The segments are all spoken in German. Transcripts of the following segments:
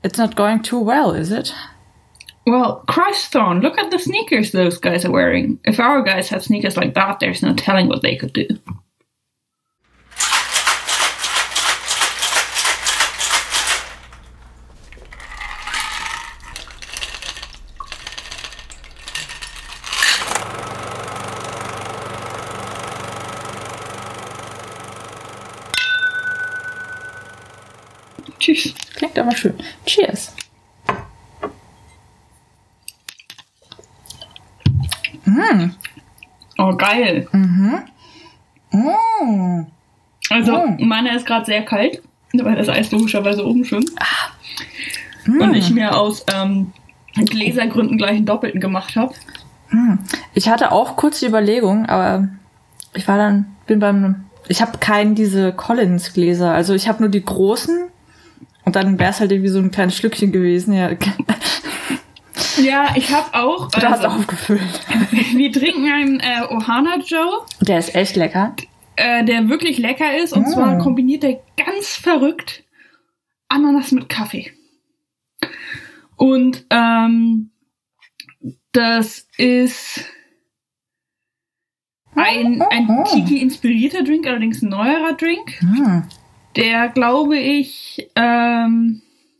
It's not going too well, is it? Well, Christ, Thorn, look at the sneakers those guys are wearing. If our guys had sneakers like that, there's no telling what they could do. Tschüss. Klingt aber schön. Cheers. Oh, geil. Also, meiner ist gerade sehr kalt, weil das Eis logischerweise oben schwimmt. Und ich mir aus Gläsergründen gleich einen doppelten gemacht habe. Ich hatte auch kurz die Überlegung, aber ich habe diese Collins-Gläser, also ich habe nur die großen und dann wäre es halt irgendwie so ein kleines Schlückchen gewesen. Ja, ja, ich habe auch. Du hast aufgefüllt. Wir trinken einen Ohana Joe. Der ist echt lecker. Der wirklich lecker ist. Und zwar kombiniert er ganz verrückt Ananas mit Kaffee. Und das ist ein Tiki-inspirierter Drink, allerdings ein neuerer Drink. Der, glaube ich, in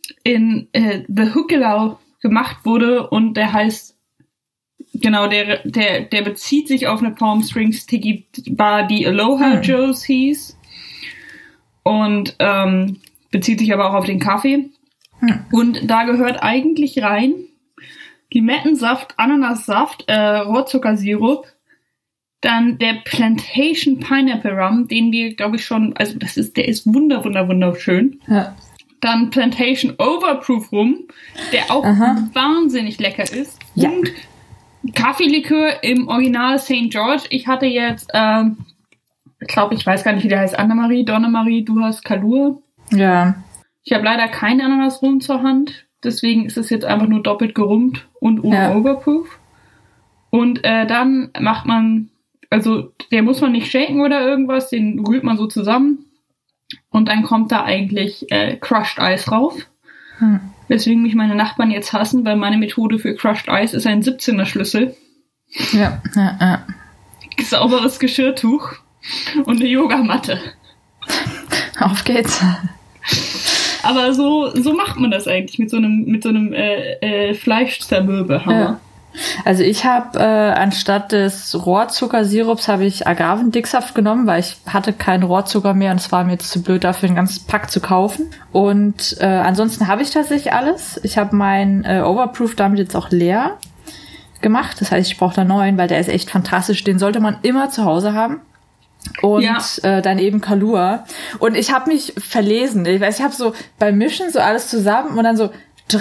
The Hukelau gemacht wurde und der heißt, genau, der bezieht sich auf eine Palm Springs Tiki Bar, die Aloha Joe's hieß und bezieht sich aber auch auf den Kaffee. Und da gehört eigentlich rein Limettensaft, Ananassaft, Rohrzuckersirup, dann der Plantation Pineapple Rum, den wir, glaube ich, schon, also der ist wunderschön. Ja. Dann Plantation Overproof Rum, der auch wahnsinnig lecker ist. Ja. Und Kaffeelikör im Original St. George. Ich hatte jetzt, ich glaube, ich weiß gar nicht, wie der heißt, Annemarie, Donnemarie, du hast Kalur. Ja. Ich habe leider keinen Ananasrum zur Hand, deswegen ist es jetzt einfach nur doppelt gerummt und ohne Overproof. Und dann macht man, also der muss man nicht shaken oder irgendwas, den rührt man so zusammen. Und dann kommt da eigentlich Crushed Ice drauf. Weswegen mich meine Nachbarn jetzt hassen, weil meine Methode für Crushed Ice ist ein 17er Schlüssel. Ja. Sauberes Geschirrtuch und eine Yogamatte. Auf geht's. Aber so macht man das eigentlich mit so einem Fleischzermürbehammer. Ja. Also ich habe anstatt des Rohrzuckersirups habe ich Agavendicksaft genommen, weil ich hatte keinen Rohrzucker mehr und es war mir jetzt zu blöd, dafür einen ganzen Pack zu kaufen. Und ansonsten habe ich tatsächlich alles. Ich habe meinen Overproof damit jetzt auch leer gemacht. Das heißt, ich brauche da neuen, weil der ist echt fantastisch. Den sollte man immer zu Hause haben. Und dann eben Kalua. Und ich habe mich verlesen. Ich habe so beim Mischen so alles zusammen und dann so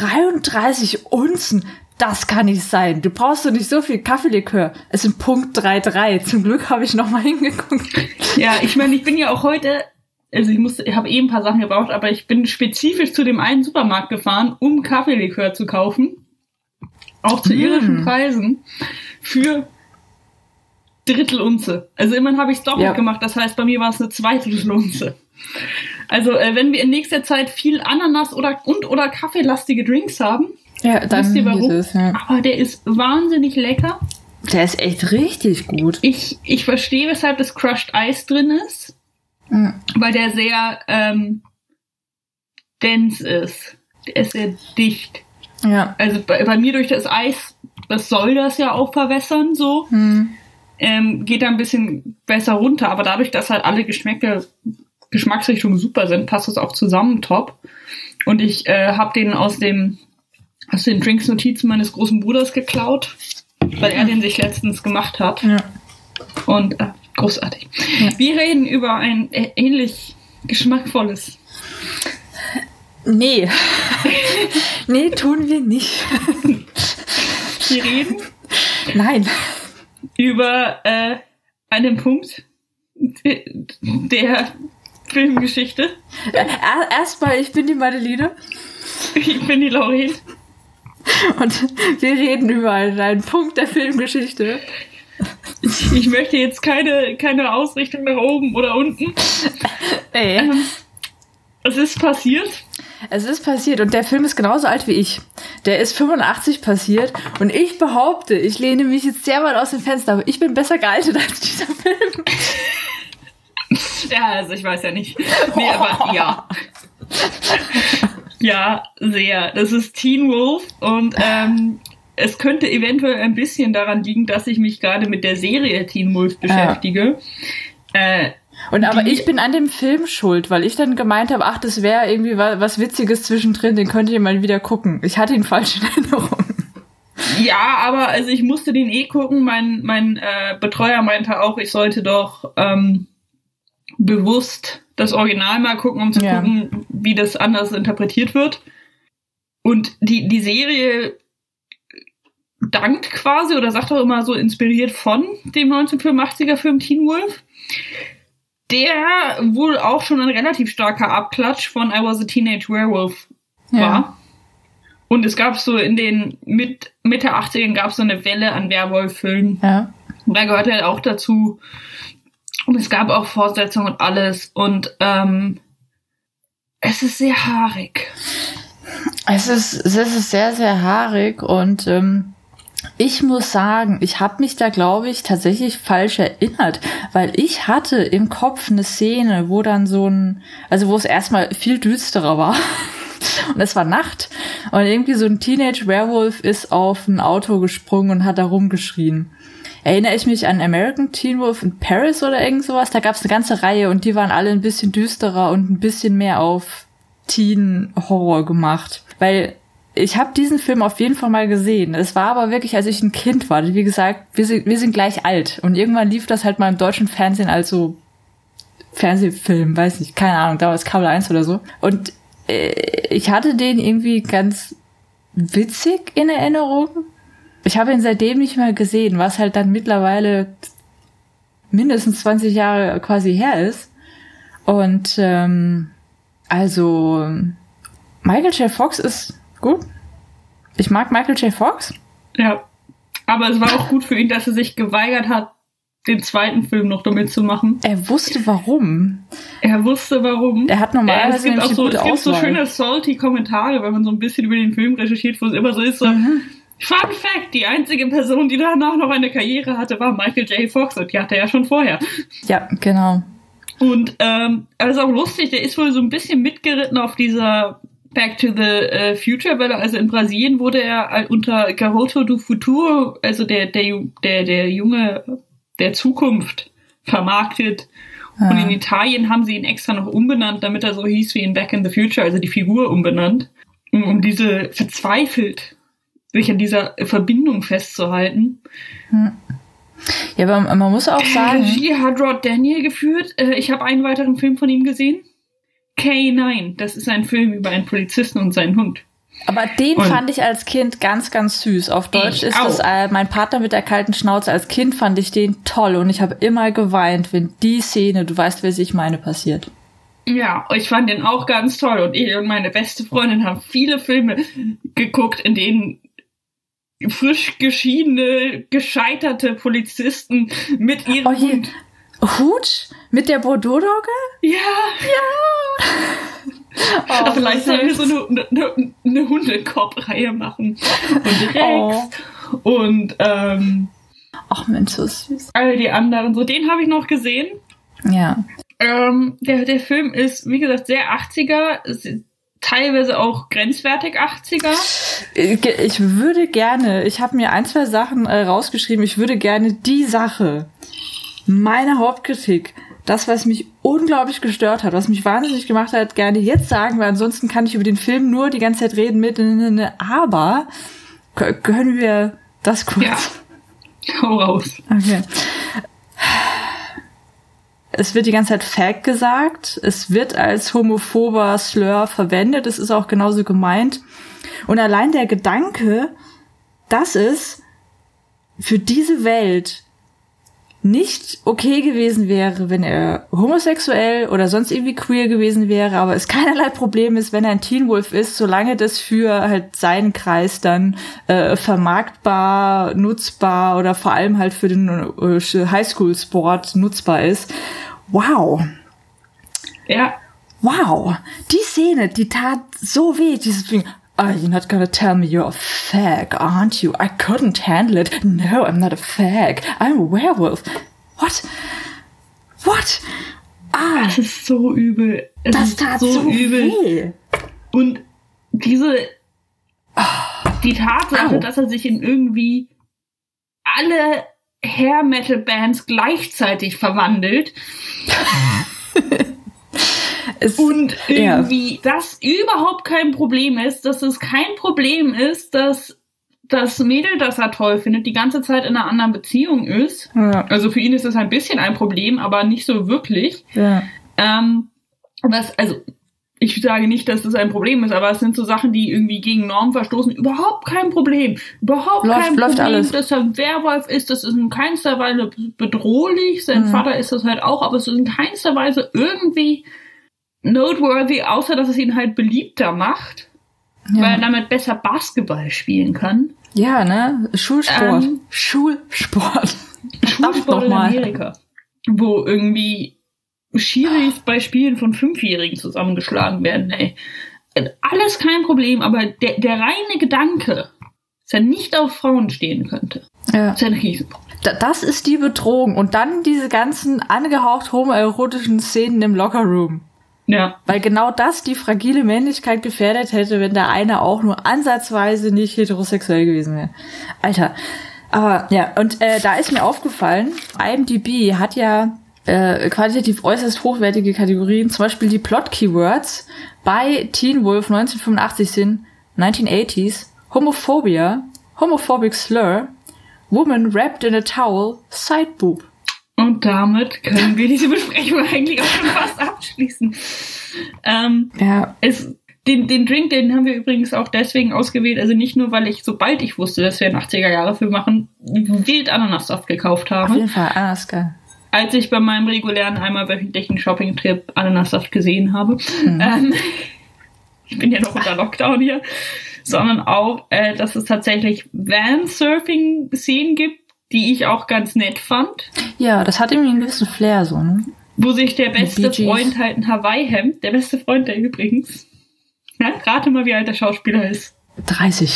33 Unzen. Das kann nicht sein. Du brauchst doch nicht so viel Kaffeelikör. Es sind Punkt 3,3. Zum Glück habe ich noch mal hingeguckt. Ja, ich meine, ich bin ja auch heute, also ich habe ein paar Sachen gebraucht, aber ich bin spezifisch zu dem einen Supermarkt gefahren, um Kaffeelikör zu kaufen. Auch zu irischen Preisen. Für Drittelunze. Also immerhin habe ich es doppelt gemacht. Das heißt, bei mir war es eine Zweidrittelunze. Also wenn wir in nächster Zeit viel Ananas oder kaffeelastige Drinks haben, dann wisst ihr warum? Aber der ist wahnsinnig lecker. Der ist echt richtig gut. Ich verstehe, weshalb das Crushed Ice drin ist. Weil der sehr dense ist. Der ist sehr dicht. Ja. Also bei mir durch das Eis, das soll das ja auch verwässern, so. Geht da ein bisschen besser runter. Aber dadurch, dass halt alle Geschmacksrichtungen super sind, passt das auch zusammen top. Und ich habe den aus den Drinks-Notizen meines großen Bruders geklaut, weil er den sich letztens gemacht hat. Ja. Und großartig. Ja. Wir reden über ein ähnlich geschmackvolles. Nee. Nee, tun wir nicht. Wir reden? Nein. Über einen Punkt der Filmgeschichte. Erstmal, ich bin die Madeline. Ich bin die Lauren. Und wir reden über einen Punkt der Filmgeschichte. Ich möchte jetzt keine Ausrichtung nach oben oder unten. Ey. Es ist passiert. Es ist passiert und der Film ist genauso alt wie ich. Der ist 85 passiert und ich behaupte, ich lehne mich jetzt sehr weit aus dem Fenster, aber ich bin besser gealtert als dieser Film. Ja, also ich weiß ja nicht. Nee, aber ja. Ja, sehr. Das ist Teen Wolf und es könnte eventuell ein bisschen daran liegen, dass ich mich gerade mit der Serie Teen Wolf beschäftige. Aber ich bin an dem Film schuld, weil ich dann gemeint habe, ach, das wäre irgendwie was Witziges zwischendrin, den könnt ihr mal wieder gucken. Ich hatte ihn falsch in Erinnerung. Ja, aber also ich musste den gucken. Mein Betreuer meinte auch, ich sollte doch bewusst das Original mal gucken, um zu gucken, wie das anders interpretiert wird. Und die Serie dankt quasi oder sagt auch immer so inspiriert von dem 1985er Film Teen Wolf, der wohl auch schon ein relativ starker Abklatsch von I Was a Teenage Werewolf war. Und es gab so in den Mitte 80ern gab es so eine Welle an Werwolf-Filmen. Ja. Und da gehört halt auch dazu. Und es gab auch Fortsetzungen und alles. Und es ist sehr haarig. Es ist sehr, sehr haarig und ich muss sagen, ich habe mich da, glaube ich, tatsächlich falsch erinnert, weil ich hatte im Kopf eine Szene, wo dann wo es erstmal viel düsterer war und es war Nacht und irgendwie so ein Teenage-Werewolf ist auf ein Auto gesprungen und hat da rumgeschrien. Erinnere ich mich an American Teen Wolf in Paris oder irgend sowas? Da gab es eine ganze Reihe und die waren alle ein bisschen düsterer und ein bisschen mehr auf Teen-Horror gemacht, weil ich habe diesen Film auf jeden Fall mal gesehen. Es war aber wirklich, als ich ein Kind war. Wie gesagt, wir sind gleich alt. Und irgendwann lief das halt mal im deutschen Fernsehen als so Fernsehfilm, weiß nicht, keine Ahnung, damals Kabel 1 oder so. Und ich hatte den irgendwie ganz witzig in Erinnerung. Ich habe ihn seitdem nicht mehr gesehen, was halt dann mittlerweile mindestens 20 Jahre quasi her ist. Und Michael J. Fox ist gut. Ich mag Michael J. Fox. Ja, aber es war auch gut für ihn, dass er sich geweigert hat, den zweiten Film noch damit zu machen. Er wusste warum. Er hat normalerweise es gibt so schöne salty Kommentare, wenn man so ein bisschen über den Film recherchiert, wo es immer so ist, so Fun Fact, die einzige Person, die danach noch eine Karriere hatte, war Michael J. Fox und die hatte er ja schon vorher. Ja, genau. Und aber ist auch lustig, der ist wohl so ein bisschen mitgeritten auf dieser Back to the Future Welle. Also in Brasilien wurde er unter Garoto do Futuro, also der Junge der Zukunft, vermarktet. Ja. Und in Italien haben sie ihn extra noch umbenannt, damit er so hieß wie in Back in the Future, also die Figur umbenannt, um diese verzweifelt sich an dieser Verbindung festzuhalten. Ja, aber man muss auch sagen... Regie hat Rod Daniel geführt. Ich habe einen weiteren Film von ihm gesehen. K9, das ist ein Film über einen Polizisten und seinen Hund. Aber den fand ich als Kind ganz, ganz süß. Auf Deutsch ist das Mein Partner mit der kalten Schnauze. Als Kind fand ich den toll und ich habe immer geweint, wenn die Szene, du weißt, wer ich meine, passiert. Ja, ich fand den auch ganz toll und ich und meine beste Freundin haben viele Filme geguckt, in denen frisch geschiedene, gescheiterte Polizisten mit ihrem Hund... Hut? Mit der Bordeaux-Dogge? Ja! Vielleicht sollen wir so eine Hundekopf-Reihe machen. Und Rex und ach Mensch, so süß. All die anderen. So, den habe ich noch gesehen. Ja. Der Film ist, wie gesagt, sehr 80er, teilweise auch grenzwertig 80er. Ich würde gerne, ich habe mir 1, 2 Sachen rausgeschrieben, ich würde gerne die Sache, meine Hauptkritik, das, was mich unglaublich gestört hat, was mich wahnsinnig gemacht hat, gerne jetzt sagen, weil ansonsten kann ich über den Film nur die ganze Zeit reden aber können wir das kurz? Ja, hau raus. Okay. Es wird die ganze Zeit Fag gesagt, es wird als homophober Slur verwendet, es ist auch genauso gemeint. Und allein der Gedanke, dass es für diese Welt nicht okay gewesen wäre, wenn er homosexuell oder sonst irgendwie queer gewesen wäre, aber es keinerlei Problem ist, wenn er ein Teen Wolf ist, solange das für halt seinen Kreis dann vermarktbar, nutzbar oder vor allem halt für den Highschool-Sport nutzbar ist. Wow. Ja. wow, die Szene, die tat so weh, dieses Ding. Oh, you're not gonna tell me you're a fag, aren't you? I couldn't handle it. No, I'm not a fag. I'm a werewolf. What? Ah. Das ist so übel. Das tat so übel. Weh. Und die Tatsache, dass er sich in irgendwie alle Hair-Metal-Bands gleichzeitig verwandelt und irgendwie das überhaupt kein Problem ist, dass es kein Problem ist, dass das Mädel, das er toll findet, die ganze Zeit in einer anderen Beziehung ist. Ja. Also für ihn ist das ein bisschen ein Problem, aber nicht so wirklich. Ja. Ich sage nicht, dass das ein Problem ist, aber es sind so Sachen, die irgendwie gegen Normen verstoßen. Überhaupt kein Problem. Läuft alles. Dass er ein Werwolf ist, das ist in keinster Weise bedrohlich. Sein Vater ist das halt auch, aber es ist in keinster Weise irgendwie noteworthy, außer dass es ihn halt beliebter macht, weil er damit besser Basketball spielen kann. Ja, ne? Schulsport. Schulsport in Amerika. Wo irgendwie Schiris bei Spielen von 5-Jährigen zusammengeschlagen werden, ey. Alles kein Problem, aber der reine Gedanke, dass er nicht auf Frauen stehen könnte, ist ein Riesenproblem. Das ist die Bedrohung. Und dann diese ganzen angehaucht homoerotischen Szenen im Lockerroom. Ja. Weil genau das die fragile Männlichkeit gefährdet hätte, wenn der eine auch nur ansatzweise nicht heterosexuell gewesen wäre. Alter. Aber ja, und da ist mir aufgefallen, IMDb hat ja qualitativ äußerst hochwertige Kategorien. Zum Beispiel die Plot-Keywords bei Teen Wolf 1985 sind 1980s, Homophobia, Homophobic Slur, Woman wrapped in a towel, Sideboob. Und damit können wir diese Besprechung eigentlich auch schon fast abschließen. Den Drink, den haben wir übrigens auch deswegen ausgewählt, also nicht nur, weil sobald ich wusste, dass wir einen 80er-Jahre-Film machen, wild Ananassaft gekauft habe. Auf jeden Fall, Ananas, geil. Als ich bei meinem regulären einmal wöchentlichen Shopping-Trip Ananassaft gesehen habe. Ich bin ja noch unter Lockdown hier. Sondern auch, dass es tatsächlich Van-Surfing-Szenen gibt, die ich auch ganz nett fand. Ja, das hat irgendwie einen gewissen Flair so, ne? Wo sich der beste Freund halt ein Hawaii-Hemd, der beste Freund der übrigens, ja, rate mal, wie alt der Schauspieler ist. 30.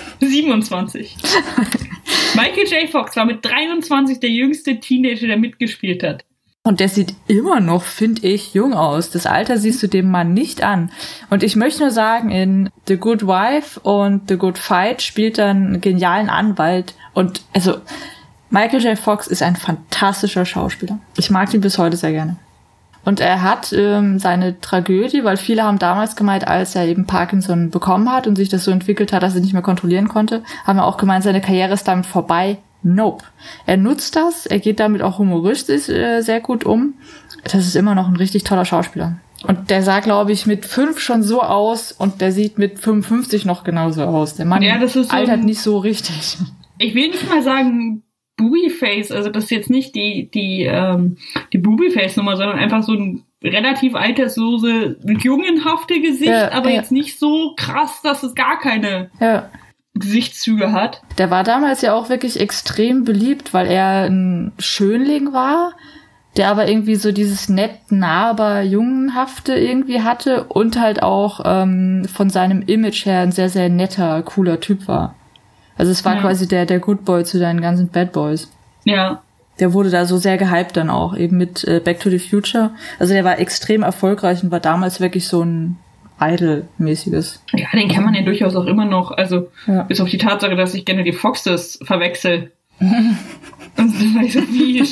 27. Michael J. Fox war mit 23 der jüngste Teenager, der mitgespielt hat. Und der sieht immer noch, finde ich, jung aus. Das Alter siehst du dem Mann nicht an. Und ich möchte nur sagen, in The Good Wife und The Good Fight spielt er einen genialen Anwalt. Und also Michael J. Fox ist ein fantastischer Schauspieler. Ich mag ihn bis heute sehr gerne. Und er hat seine Tragödie, weil viele haben damals gemeint, als er eben Parkinson bekommen hat und sich das so entwickelt hat, dass er nicht mehr kontrollieren konnte, haben wir auch gemeint, seine Karriere ist damit vorbei. Nope. Er nutzt das, er geht damit auch humoristisch sehr gut um. Das ist immer noch ein richtig toller Schauspieler. Und der sah, glaube ich, mit 5 schon so aus und der sieht mit 55 noch genauso aus. Der Mann altert nicht so richtig. Ich will nicht mal sagen Booby-Face, also das ist jetzt nicht die Booby-Face-Nummer, sondern einfach so ein relativ alterslose, jungenhafte Gesicht, aber jetzt nicht so krass, dass es gar keine Gesichtszüge hat. Der war damals ja auch wirklich extrem beliebt, weil er ein Schönling war, der aber irgendwie so dieses nett, nah, aber jungenhafte irgendwie hatte und halt auch von seinem Image her ein sehr, sehr netter, cooler Typ war. Also es war quasi der Good Boy zu deinen ganzen Bad Boys. Ja. Der wurde da so sehr gehypt dann auch, eben mit Back to the Future. Also der war extrem erfolgreich und war damals wirklich so ein Idol-mäßiges. Ja, den kann man ja durchaus auch immer noch, also bis auf die Tatsache, dass ich gerne die Foxes verwechsel. Und so wie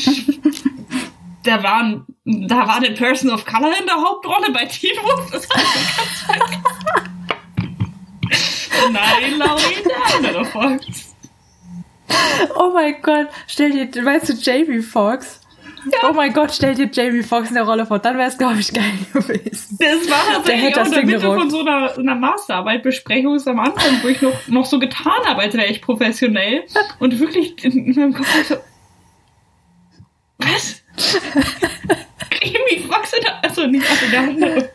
da war eine Person of Color in der Hauptrolle bei Teen Wolf. Das hat ich ganz vergessen. Nein, Laurie, andere Fox. Oh mein Gott, weißt du Jamie Foxx? Ja. Oh mein Gott, stell dir Jamie Foxx in der Rolle vor, dann wäre es, glaube ich, geil gewesen. Das war tatsächlich auch in der Mitte von so einer Masterarbeitbesprechung am Anfang, wo ich noch so getan habe, als wäre ich professionell und wirklich in meinem Kopf so, was? Jamie Foxx nicht in der andere.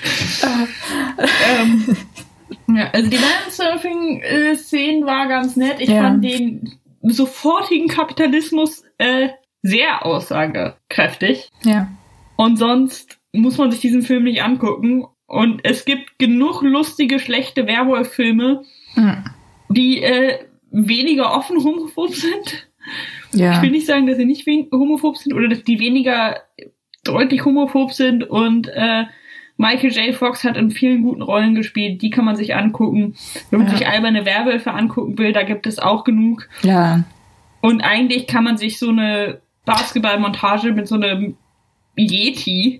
Ja, also die Landsurfing-Szenen war ganz nett. Ich fand den sofortigen Kapitalismus sehr aussagekräftig. Ja. Und sonst muss man sich diesen Film nicht angucken. Und es gibt genug lustige, schlechte Werwolf-Filme, die weniger offen homophob sind. Ja. Ich will nicht sagen, dass sie nicht homophob sind oder dass die weniger deutlich homophob sind. Und Michael J. Fox hat in vielen guten Rollen gespielt. Die kann man sich angucken. Wenn man sich alberne Werwölfe angucken will, da gibt es auch genug. Ja. Und eigentlich kann man sich so eine Basketballmontage mit so einem Yeti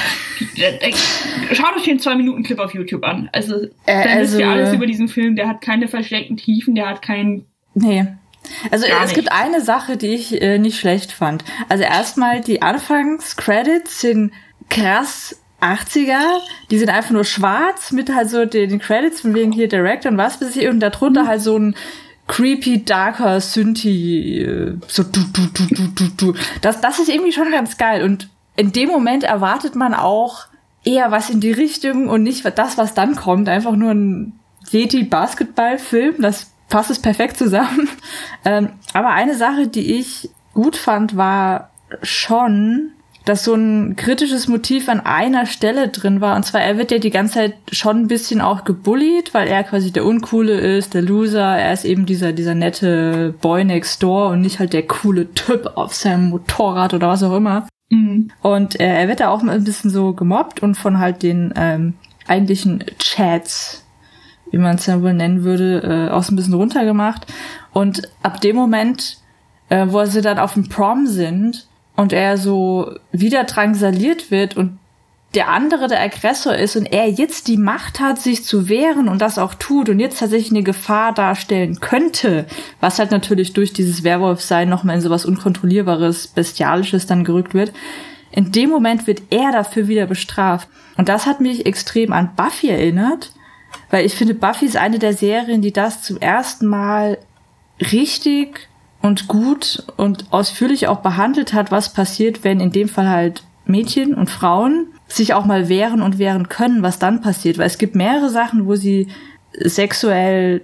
schaut euch den 2-Minuten-Clip auf YouTube an. Also, dann wisst ihr alles über diesen Film. Der hat keine versteckten Tiefen, der hat keinen... Nee. Also es gibt eine Sache, die ich nicht schlecht fand. Also erstmal die Anfangs-Credits sind krass 80er. Die sind einfach nur schwarz mit halt so den Credits von wegen hier Director und was weiß ich. Und darunter halt so ein creepy, darker Synthi. So du. Das ist irgendwie schon ganz geil. Und in dem Moment erwartet man auch eher was in die Richtung und nicht das, was dann kommt. Einfach nur ein Yeti-Basketball-Film. Das passt es perfekt zusammen. Aber eine Sache, die ich gut fand, war schon, dass so ein kritisches Motiv an einer Stelle drin war. Und zwar, er wird ja die ganze Zeit schon ein bisschen auch gebullied, weil er quasi der Uncoole ist, der Loser. Er ist eben dieser nette Boy next door und nicht halt der coole Typ auf seinem Motorrad oder was auch immer. Und er wird da auch ein bisschen so gemobbt und von halt den eigentlichen Chats, wie man es ja wohl nennen würde, auch so ein bisschen runtergemacht. Und ab dem Moment, wo sie dann auf dem Prom sind und er so wieder drangsaliert wird und der andere der Aggressor ist und er jetzt die Macht hat, sich zu wehren und das auch tut und jetzt tatsächlich eine Gefahr darstellen könnte, was halt natürlich durch dieses Werwolf-Sein nochmal in sowas Unkontrollierbares, Bestialisches dann gerückt wird, in dem Moment wird er dafür wieder bestraft. Und das hat mich extrem an Buffy erinnert, weil ich finde, Buffy ist eine der Serien, die das zum ersten Mal richtig und gut und ausführlich auch behandelt hat, was passiert, wenn in dem Fall halt Mädchen und Frauen sich auch mal wehren und wehren können, was dann passiert. Weil es gibt mehrere Sachen, wo sie sexuell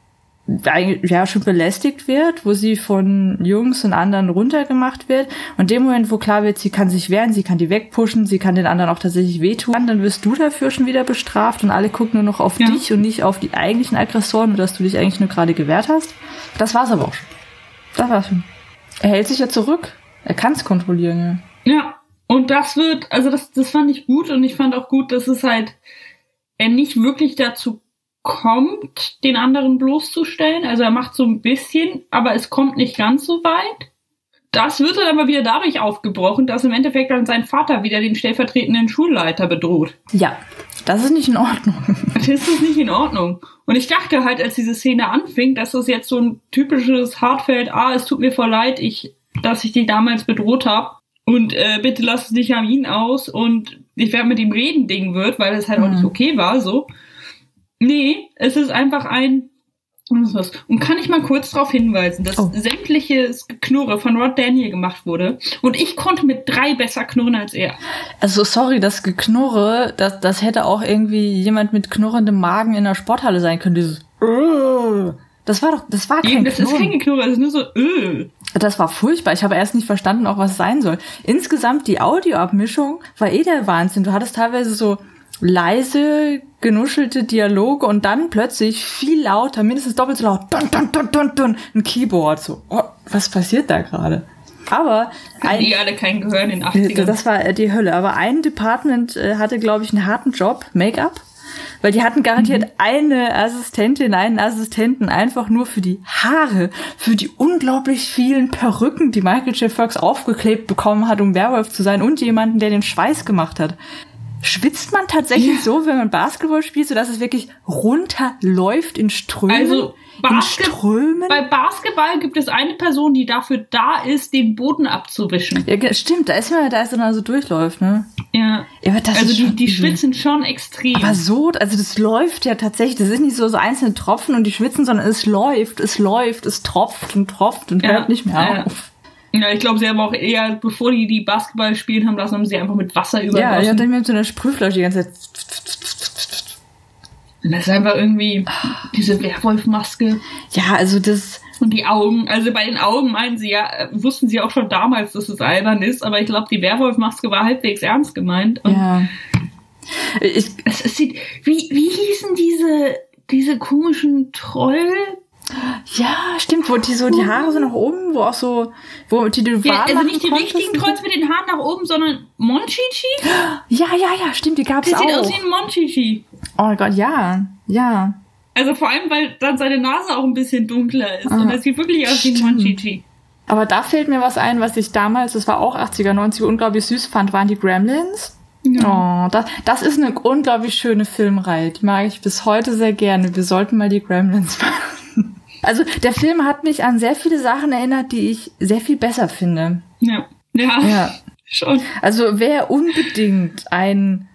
ja schon belästigt wird, wo sie von Jungs und anderen runtergemacht wird. Und in dem Moment, wo klar wird, sie kann sich wehren, sie kann die wegpushen, sie kann den anderen auch tatsächlich wehtun, dann wirst du dafür schon wieder bestraft und alle gucken nur noch auf dich und nicht auf die eigentlichen Aggressoren und dass du dich eigentlich nur gerade gewehrt hast. Das war's aber auch schon. Das war's schon. Er hält sich ja zurück. Er kann es kontrollieren, ja. Ja. Und das wird, also das fand ich gut und ich fand auch gut, dass es halt er nicht wirklich dazu kommt, den anderen bloßzustellen. Also er macht so ein bisschen, aber es kommt nicht ganz so weit. Das wird dann aber wieder dadurch aufgebrochen, dass im Endeffekt dann sein Vater wieder den stellvertretenden Schulleiter bedroht. Ja, das ist nicht in Ordnung. Das ist nicht in Ordnung. Und ich dachte halt, als diese Szene anfing, dass das jetzt so ein typisches Hartfeld, es tut mir voll leid, dass ich dich damals bedroht habe. Und bitte lass es nicht an ihn aus und ich werde mit ihm reden Ding wird, weil es halt auch nicht okay war, so. Nee, es ist einfach und kann ich mal kurz darauf hinweisen, dass sämtliches Geknurre von Rod Daniel gemacht wurde und ich konnte mit 3 besser knurren als er. Also sorry, das Geknurre, das hätte auch irgendwie jemand mit knurrendem Magen in der Sporthalle sein können, dieses das war kein Knurren. Das ist kein Geknurre, das ist nur so Das war furchtbar. Ich habe erst nicht verstanden, auch was es sein soll. Insgesamt die Audioabmischung war der Wahnsinn. Du hattest teilweise so leise, genuschelte Dialoge und dann plötzlich viel lauter, mindestens doppelt so laut, dun, dun, dun, dun, dun, ein Keyboard. So, was passiert da gerade? Aber die alle kein Gehör in den 80ern. Das war die Hölle. Aber ein Department hatte, glaube ich, einen harten Job, Make-up. Weil die hatten garantiert einen Assistenten einfach nur für die Haare, für die unglaublich vielen Perücken, die Michael J. Fox aufgeklebt bekommen hat, um Werwolf zu sein und jemanden, der den Schweiß gemacht hat. Schwitzt man tatsächlich so, wenn man Basketball spielt, sodass es wirklich runterläuft in Strömen? Also bei Basketball gibt es eine Person, die dafür da ist, den Boden abzuwischen. Ja, stimmt, da ist dann so durchläuft, ne? Ja. Aber das also die schwitzen schon extrem. Aber so, also das läuft ja tatsächlich, das ist nicht so einzelne Tropfen und die schwitzen, sondern es läuft, es tropft und hört nicht mehr auf. Ja, ich glaube, sie haben auch eher, bevor die Basketball spielen haben lassen, haben sie einfach mit Wasser übergossen. Ja, ich hatte mir so eine Sprühflasche die ganze Zeit. Und das ist einfach irgendwie diese Werwolfmaske. Ja, also das... Und die Augen, also bei den Augen meinen sie ja, wussten sie auch schon damals, dass es albern ist, aber ich glaube, die Werwolf-Maske war halbwegs ernst gemeint. Und Ja. es sieht, wie hießen diese komischen Troll? Ja, stimmt, wo die so die Haare so nach oben, wo auch so, wo die du Ja, warm also machen nicht die konntest. richtigen Trolls mit den Haaren nach oben, sondern Monchichi? Ja, stimmt, die gab's Der auch. sieht aus wie ein Monchichi. Oh mein Gott, ja. Also vor allem, weil dann seine Nase auch ein bisschen dunkler ist. Und das sieht wirklich aus wie ein Stimmt. Monchichi. Aber da fehlt mir was ein, was ich damals, das war auch 80er, 90er, unglaublich süß fand, waren die Gremlins. Ja. Oh, das ist eine unglaublich schöne Filmreihe. Die mag ich bis heute sehr gerne. Wir sollten mal die Gremlins machen. Also der Film hat mich an sehr viele Sachen erinnert, die ich sehr viel besser finde. Ja. Schon. Also wer unbedingt einen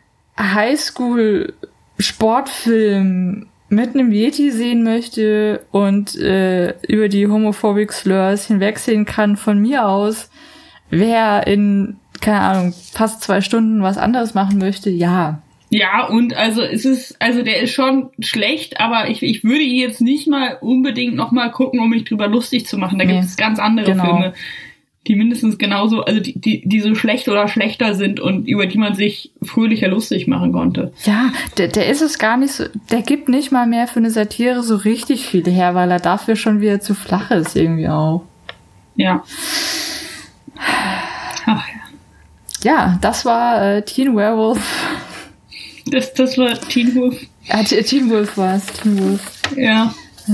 Highschool-Sportfilm mit einem Yeti sehen möchte und über die Homophobic Slurs hinwegsehen kann, von mir aus, wer in, keine Ahnung, fast 2 Stunden was anderes machen möchte, ja. Ja, und also der ist schon schlecht, aber ich würde ihn jetzt nicht mal unbedingt noch mal gucken, um mich drüber lustig zu machen. Da gibt es ganz andere Filme, die mindestens genauso, also die so schlecht oder schlechter sind und über die man sich fröhlicher lustig machen konnte. Ja, der ist es gar nicht so, der gibt nicht mal mehr für eine Satire so richtig viel her, weil er dafür schon wieder zu flach ist irgendwie auch. Ja. Ach ja. Ja, das war Teen Werewolf. Das war Teen Wolf. Teen Wolf war es, Teen Wolf. Ja.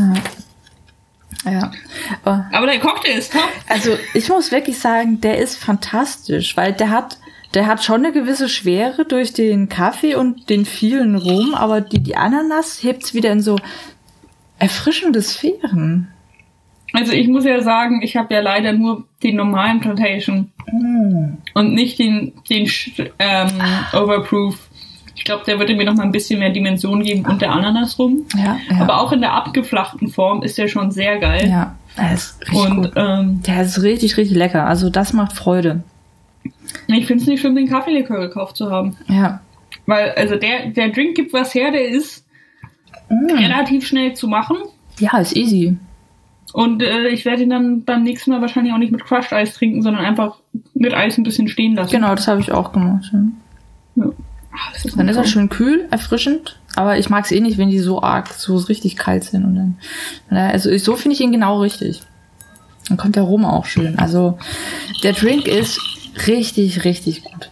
Aber der Cocktail ist top. Also ich muss wirklich sagen, der ist fantastisch, weil der hat schon eine gewisse Schwere durch den Kaffee und den vielen Rum, aber die Ananas hebt's wieder in so erfrischende Sphären. Also ich muss ja sagen, ich habe ja leider nur den normalen Plantation und nicht den Overproof. Ich glaube, der würde mir noch mal ein bisschen mehr Dimension geben und der Ananas rum. Ja. Aber auch in der abgeflachten Form ist der schon sehr geil. Ja, der ist richtig gut. Der ist richtig, richtig lecker. Also das macht Freude. Ich finde es nicht schlimm, den Kaffeelikör gekauft zu haben. Ja. Weil, also der Drink gibt was her, der ist relativ schnell zu machen. Ja, ist easy. Und ich werde ihn dann beim nächsten Mal wahrscheinlich auch nicht mit Crushed Eis trinken, sondern einfach mit Eis ein bisschen stehen lassen. Genau, das habe ich auch gemacht. Ja. Dann ist er schön kühl, erfrischend. Aber ich mag es eh nicht, wenn die so arg, so richtig kalt sind. Und dann, also so finde ich ihn genau richtig. Dann kommt der Rum auch schön. Also der Drink ist richtig, richtig gut.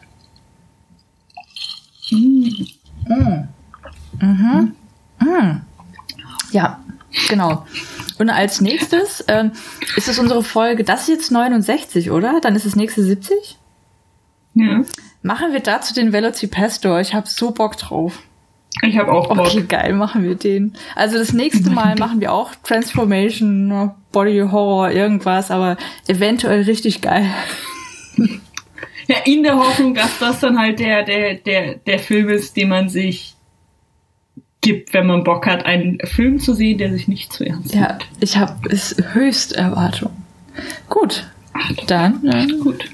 Ja, genau. Und als nächstes ist es unsere Folge, das ist jetzt 69, oder? Dann ist das nächste 70? Ja. Machen wir dazu den Velocipastor. Ich habe so Bock drauf. Ich habe auch Bock. Okay, geil, machen wir den. Also das nächste Mal machen wir auch Transformation, Body Horror, irgendwas, aber eventuell richtig geil. Ja, in der Hoffnung, dass das dann halt der Film ist, den man sich gibt, wenn man Bock hat, einen Film zu sehen, der sich nicht zu ernst nimmt. Ja, ich habe es höchst Erwartung. Gut, dann gut.